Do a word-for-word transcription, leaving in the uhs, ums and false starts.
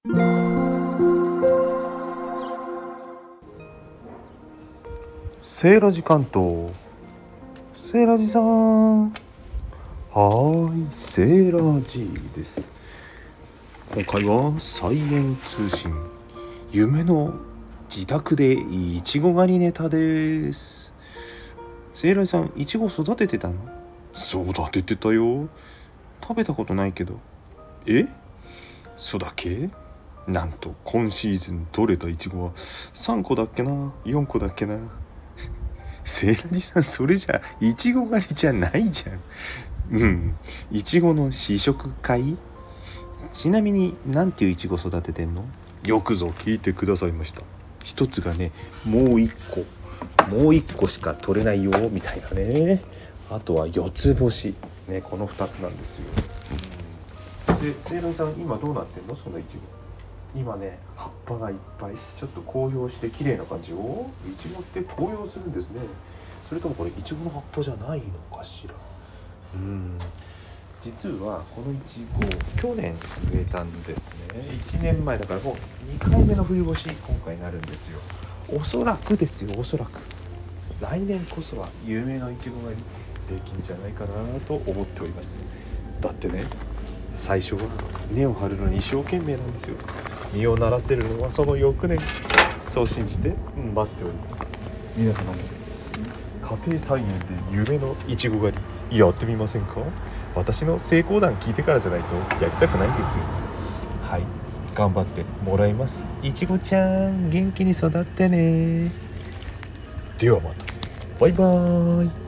セーラジ関東。セーラジさん。はーい、セーラジです。今回はサイエン通信夢の自宅でいちご狩りネタです。セーラジさん、いちご育ててたの？育ててたよ。食べたことないけど。え？そうだっけ？なんと今シーズン取れたいちごはさんこだっけな、よんこだっけな。セーラジさん、それじゃいちご狩りじゃないじゃん。うん、いちごの試食会？ちなみになんていういちご育ててんの？よくぞ聞いてくださいました。一つがね、もう一個もう一個しか取れないよみたいなね。あとは四つ星ね、この二つなんですよ。で、セーラジさん、今どうなってんの？そのいちご。今ね、葉っぱがいっぱいちょっと紅葉して綺麗な感じよ。いちごって紅葉するんですね。それともこれいちごの葉っぱじゃないのかしら。うん、実はこのいちご去年植えたんですね。いちねんまえだからもうにかいめの冬越し今回になるんですよ。おそらくですよ、おそらく来年こそは夢のいちご狩りできんじゃないかなと思っております。だってね、最初は根を張るのに一生懸命なんですよ。実をならせるのはその翌年、そう信じて待っております。皆様も家庭菜園で夢のいちご狩りやってみませんか？私の成功談聞いてからじゃないとやりたくないんですよ。はい、頑張ってもらいます。いちごちゃん、元気に育ってね。ではまた。バイバーイ。